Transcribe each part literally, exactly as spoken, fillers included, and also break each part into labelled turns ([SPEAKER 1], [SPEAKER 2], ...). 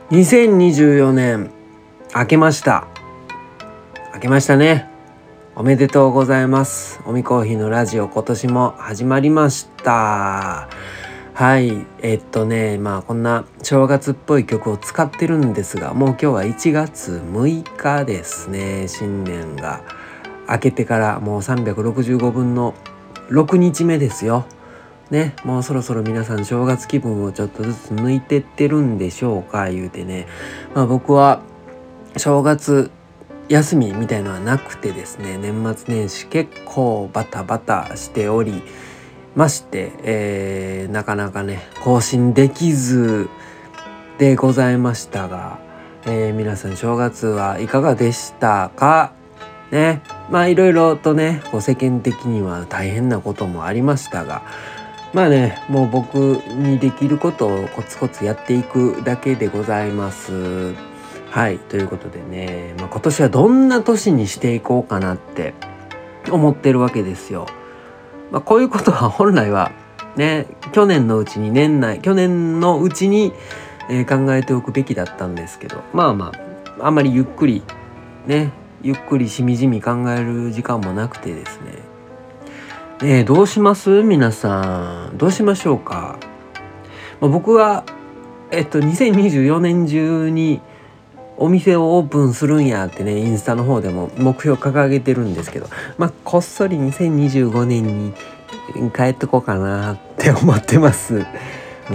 [SPEAKER 1] にせんにじゅうよねん明けました明けましたね。おめでとうございます。おみコーヒーのラジオ、今年も始まりました。はいえっとねまあこんな正月っぽい曲を使ってるんですが、もう今日はいちがつむいかですね。新年が明けてからもうさんびゃくろくじゅうごぶんのろくにちめですよね。もうそろそろ皆さん正月気分をちょっとずつ抜いてってるんでしょうか言うてね、まあ僕は正月休みみたいのはなくてですね、年末年始結構バタバタしておりまして、えー、なかなかね更新できずでございましたが、えー、皆さん正月はいかがでしたかね。まあいろいろとねこう世間的には大変なこともありましたが、まあねもう僕にできることをコツコツやっていくだけでございます。はいということでね、まあ、今年はどんな年にしていこうかなって思ってるわけですよ。まあ、こういうことは本来はね去年のうちに年内去年のうちに、えー考えておくべきだったんですけど、まあまああんまりゆっくりねゆっくりしみじみ考える時間もなくてですね。ねえどうします皆さん、どうしましょうか。まあ、僕はえっとにせんにじゅうよねん中にお店をオープンするんやってねインスタの方でも目標掲げてるんですけど、まあこっそりにせんにじゅうごねんに帰ってこうかなって思ってます。うん、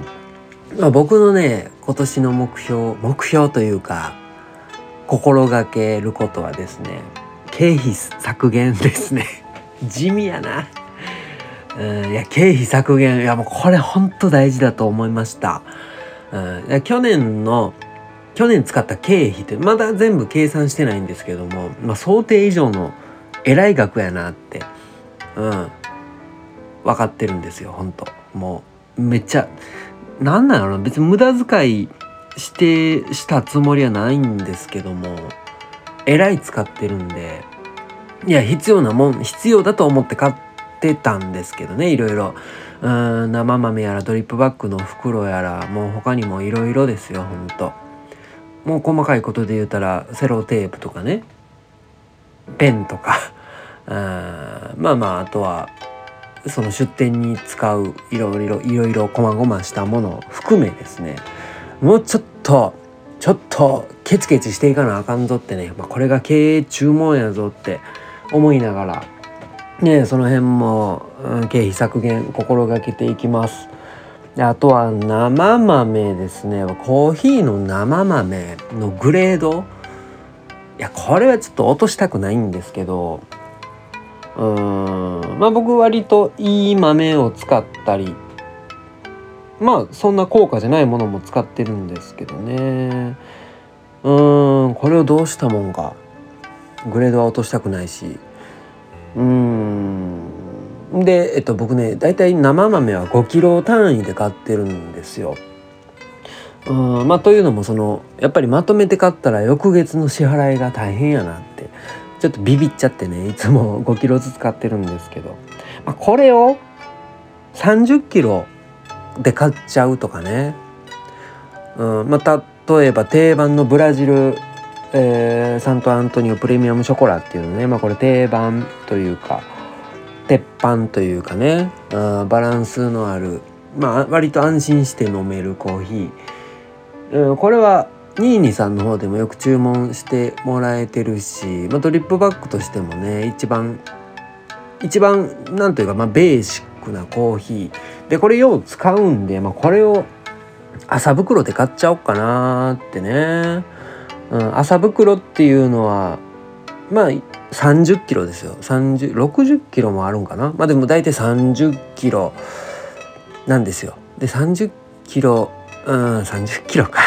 [SPEAKER 1] まあ、僕のね今年の目標目標というか心がけることはですね、経費削減ですね。地味やな。うん、いや経費削減、いやもうこれほんと大事だと思いました。うん、いや去年の去年使った経費ってまだ全部計算してないんですけども、まあ、想定以上のえらい額やなって、うん、分かってるんですよ。ほんともうめっちゃなんなんやろな、別に無駄遣いしてしたつもりはないんですけども、えらい使ってるんで、いや必要なもん必要だと思って買ってたんですけどね、いろいろうーん生豆やらドリップバッグの袋やらもう他にもいろいろですよ。ほんともう細かいことで言うたらセロテープとかね、ペンとかあまあまああとはその出店に使ういろいろいろいろ細々したものを含めですね、もうちょっとちょっとケチケチしていかなあかんぞってね、まあ、これが経営注文やぞって思いながらね、その辺も、うん、経費削減心がけていきます。であとは生豆ですね。コーヒーの生豆のグレード、いやこれはちょっと落としたくないんですけど、うーんまあ僕割といい豆を使ったり、まあそんな高価じゃないものも使ってるんですけどね。うーんこれをどうしたもんか、グレードは落としたくないし、うーんでえっと僕ねだいたい生豆はごキロ単位で買ってるんですよ。うんまあというのもそのやっぱりまとめて買ったら翌月の支払いが大変やなってちょっとビビっちゃってね、いつもごキロずつ買ってるんですけど、まあ、これをさんじゅっキロで買っちゃうとかね、うんまあ、例えば定番のブラジル、えーサントアントニオプレミアムショコラっていうのね、まあこれ定番というか鉄板というかね、あバランスのある、まあ割と安心して飲めるコーヒー、うん、これはニーニさんの方でもよく注文してもらえてるし、まあ、ドリップバッグとしてもね一番一番なんというか、まあ、ベーシックなコーヒーでこれよう使うんで、まあ、これを麻袋で買っちゃおうかなってね、うん、麻袋っていうのはまあさんじゅっキロですよ。さんじゅう、ろくじゅっキロもあるんかな。まあでも大体さんじゅっキロなんですよ。でさんじゅっキロ、うんさんじゅっキロか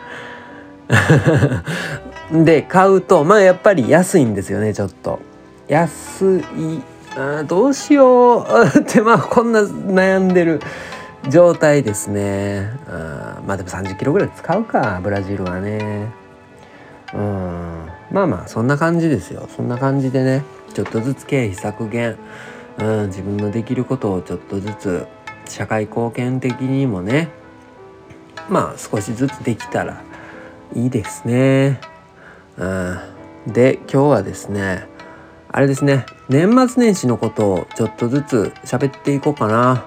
[SPEAKER 1] で買うとまあやっぱり安いんですよね。ちょっと安い、あどうしようってまあこんな悩んでる状態ですね。あまあでもさんじゅっキロぐらい使うかブラジルはね。うんまあまあそんな感じですよ。そんな感じでねちょっとずつ経費削減、うん、自分のできることをちょっとずつ社会貢献的にもねまあ少しずつできたらいいですね。うん、で今日はですねあれですね年末年始のことをちょっとずつ喋っていこうかな。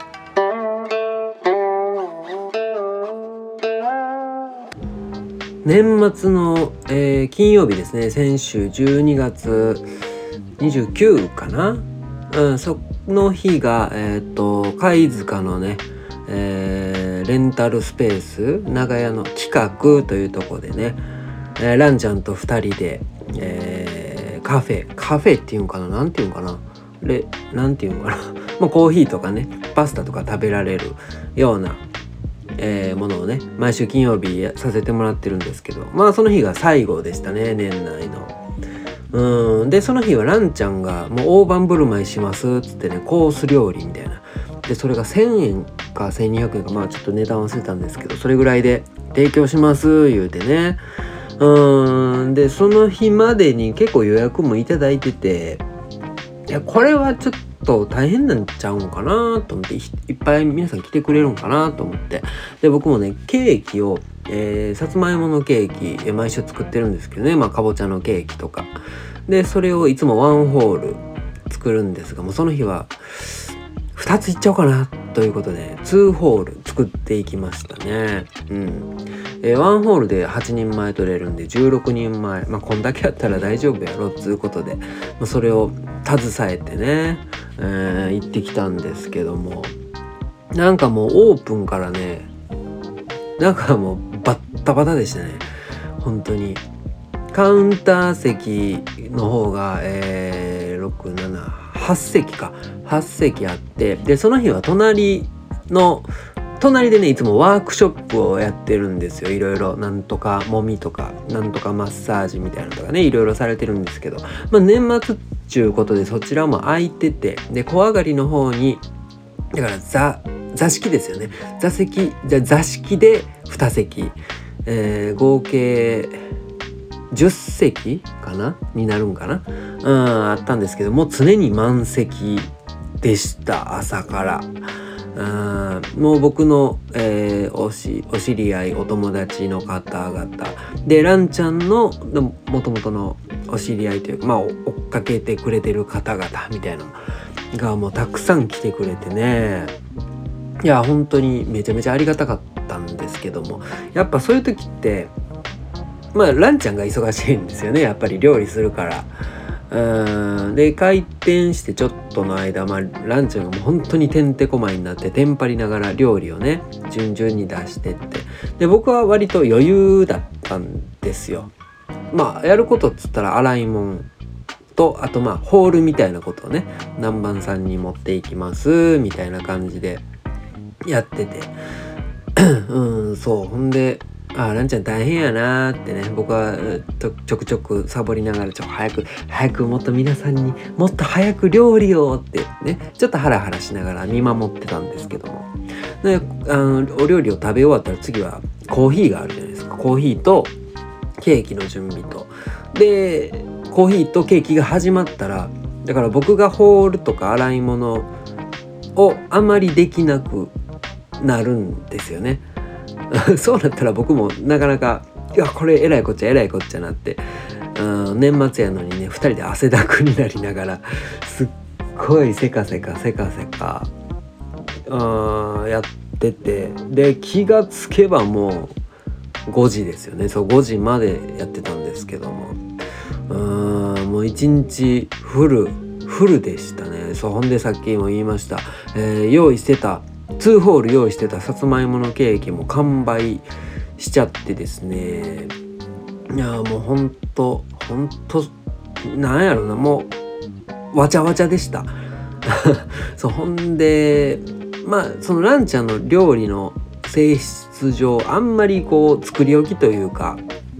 [SPEAKER 1] 年末の、えー、金曜日ですね、先週じゅうにがつにじゅうくにちかな、うん、その日がえっ、ー、と貝塚のね、えー、レンタルスペース長屋の企画というところでね、えー、ランちゃんとふたりで、えー、カフェカフェっていうんかななんていうんかなレなんていうんかなまあコーヒーとかねパスタとか食べられるようなえー、ものをね毎週金曜日させてもらってるんですけど、まあその日が最後でしたね、年内の。うんでその日はランちゃんがもう大盤振る舞いしますっつってね、コース料理みたいなで、それがせんえんかせんにひゃくえんか、まあちょっと値段忘れたんですけど、それぐらいで提供します言うてね。うんでその日までに結構予約もいただいてて、いやこれはちょっと大変なんちゃうんかなと思って、いっぱい皆さん来てくれるんかなと思って、で僕もねケーキを、えー、さつまいものケーキ毎週作ってるんですけどね、まあかぼちゃのケーキとかで、それをいつもワンホール作るんですが、もうその日はふたついっちゃおうかなということでにホール作っていきましたね。うんえー、ワンホールではちにんまえ取れるんでじゅうろくにんまえ、まあこんだけやったら大丈夫やろっつうことで、まあ、それを携えてね、えー、行ってきたんですけども、なんかもうオープンからねなんかもうバッタバタでしたね。本当にカウンター席の方が、えー、ろく、なな、はち席かはち席あって、でその日は隣の隣でねいつもワークショップをやってるんですよ。いろいろなんとかもみとかなんとかマッサージみたいなのとかねいろいろされてるんですけど、まあ、年末っちゅうことでそちらも空いてて、で小上がりの方にだから座座敷ですよね、座席じゃ座敷でに席、えー、合計じゅっ席かなになるんかな、うん、あったんですけども常に満席でした。朝からあもう僕の、えー、おしお知り合いお友達の方々でランちゃんのもともとのお知り合いというか、まあ追っかけてくれてる方々みたいなのがもうたくさん来てくれてね、いや本当にめちゃめちゃありがたかったんですけども、やっぱそういう時ってまあランちゃんが忙しいんですよね、やっぱり料理するから。うんで開店してちょっとの間、まあ、ランちゃんがもう本当にてんてこまいになってテンパりながら料理をね順々に出してって、で僕は割と余裕だったんですよ。まあやることっつったら洗い物とあとまあホールみたいなことをね南蛮さんに持っていきますみたいな感じでやっててうんそうほんであランちゃん大変やなーってね僕はちょくちょくサボりながらちょ早く早くもっと皆さんにもっと早く料理をってねちょっとハラハラしながら見守ってたんですけども、であのお料理を食べ終わったら次はコーヒーがあるじゃないですか。コーヒーとケーキの準備とでコーヒーとケーキが始まったらだから僕がホールとか洗い物をあんまりできなくなるんですよねそうなったら僕もなかなかいやこれえらいこっちゃえらいこっちゃなって、うん、年末やのにねふたりで汗だくになりながらすっごいせかせかせかせかうんやってて、で気がつけばもうごじですよね。そうごじまでやってたんですけども、うんもう一日フルフルでしたね。そうほんでさっきも言いました、えー、用意してたにホール用意してたさつまいものケーキも完売しちゃってですね、いやもうほんとほんとなんやろなもうわちゃわちゃでしたそうほんでまあそのランちゃんの料理の性質上あんまりこう作り置きというか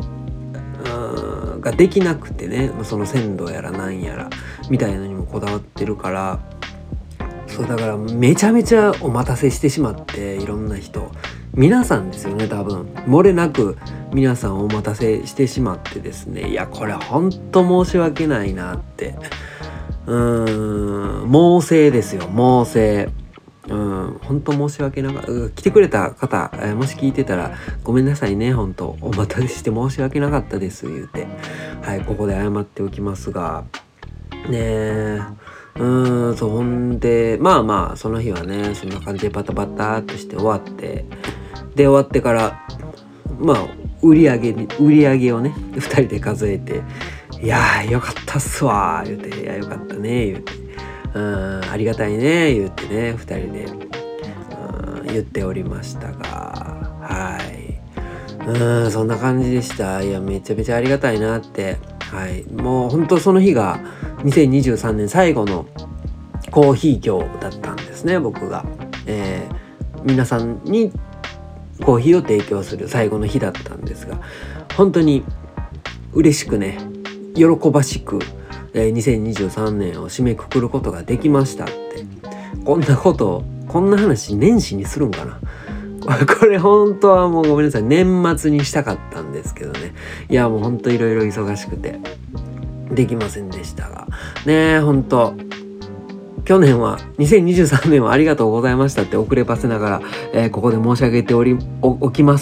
[SPEAKER 1] ができなくてね、その鮮度やらなんやらみたいなのにもこだわってるから、そうだからめちゃめちゃお待たせしてしまって、いろんな人皆さんですよね、多分漏れなく皆さんお待たせしてしまってですね、いやこれほんと申し訳ないなって、うーん猛省ですよ猛省うん、本当申し訳なかった。来てくれた方、えーもし聞いてたらごめんなさいね。本当お待たせして申し訳なかったです言うて、はい、ここで謝っておきますが、ねえ、うーん、そう、ほんで、まあまあ、その日はね、そんな感じでバタバタっとして終わって、で、終わってから、まあ、売り上げに、売り上げをね、二人で数えて、いやー、よかったっすわー、言うて、いや、よかったね、言うて、うん、ありがたいね、言うてね、二人で、うん、言っておりましたが、はい。うん、そんな感じでした。いや、めちゃめちゃありがたいなって。はい。もう本当その日がにせんにじゅうさんねん最後のコーヒー業だったんですね、僕が。えー、皆さんにコーヒーを提供する最後の日だったんですが、本当に嬉しくね、喜ばしく、えー、にせんにじゅうさんねんを締めくくることができましたって。こんなことを、こんな話年始にするんかな。これ本当はもうごめんなさい、年末にしたかったんですけどね。いやもう本当いろいろ忙しくてできませんでしたがねえ、本当去年はにせんにじゅうさんねんはありがとうございましたって遅ればせながら、えー、ここで申し上げており お, おきます。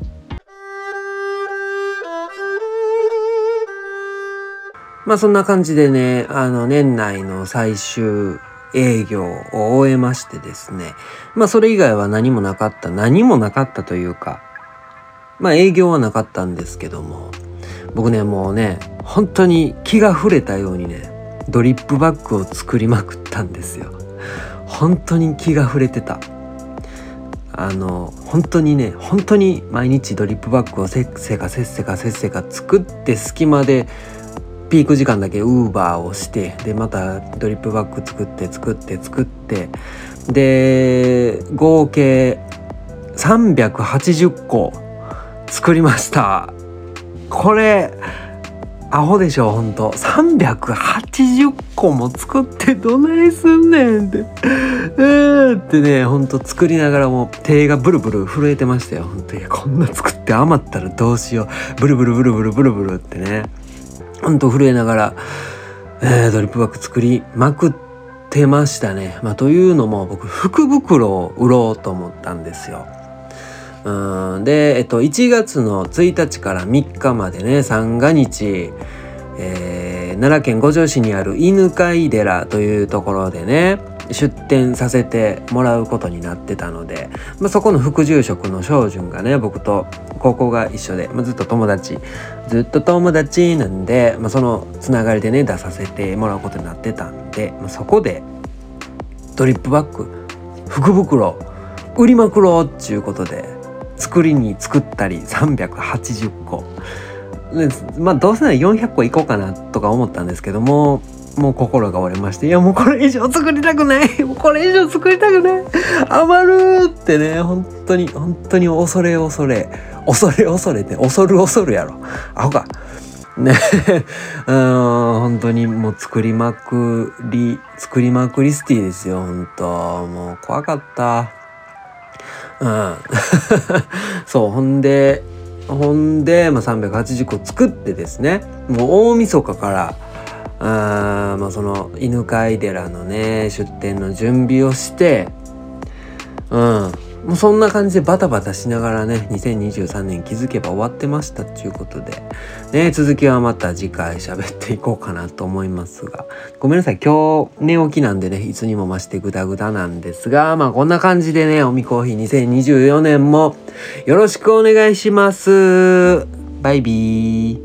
[SPEAKER 1] まあそんな感じでね、あの年内の最終営業を終えましてですね、まあそれ以外は何もなかった何もなかったというか、まあ営業はなかったんですけども、僕ねもうね本当に気が触れたようにねドリップバッグを作りまくったんですよ。本当に気が触れてた。あの本当にね本当に毎日ドリップバッグをせっせかせっせかせっせか作って、隙間でピーク時間だけウーバーをして、でまたドリップバッグ作って作って作って、で合計さんびゃくはちじゅっこ作りました。これアホでしょ、ほんとさんびゃくはちじゅっこも作ってどないすんねんってえーってね、ほんと作りながらも手がブルブル震えてましたよ。ほんと、いやこんな作って余ったらどうしよう、ブルブルブルブルブルブルってね、ほんと震えながら、えー、ドリップバッグ作りまくってましたね。まあというのも僕福袋を売ろうと思ったんですよ。うんで、えっと、いちがつのついたちからみっかまでね、三が日、えー、奈良県五條市にある犬飼寺というところでね出店させてもらうことになってたので、まあ、そこの副住職の翔順がね、僕と高校が一緒で、まあ、ずっと友達ずっと友達なんで、まあ、そのつながりでね出させてもらうことになってたんで、まあ、そこでドリップバッグ福袋売りまくろうっちゅうことで作りに作ったりさんびゃくはちじゅっこで、まあどうせならよんひゃっこいこうかなとか思ったんですけども、もう心が折れまして、いやもうこれ以上作りたくないもうこれ以上作りたくない余るってね、本当に本当に恐れ恐れ恐れ恐れって恐る恐るやろ、アホかねうん、本当にもう作りまくり作りまくりスティですよ。本当もう怖かった。うんそう、ほんでほんで、まあ、さんびゃくはちじゅっこ作ってですね、もう大晦日からあ、まあ、その犬飼寺のね出店の準備をして、うんもうそんな感じでバタバタしながらねにせんにじゅうさんねん気づけば終わってましたっていうことでね、続きはまた次回喋っていこうかなと思いますが、ごめんなさい今日寝起きなんでねいつにも増してグダグダなんですが、まあこんな感じでねおみコーヒーにせんにじゅうよねんもよろしくお願いします。バイビー。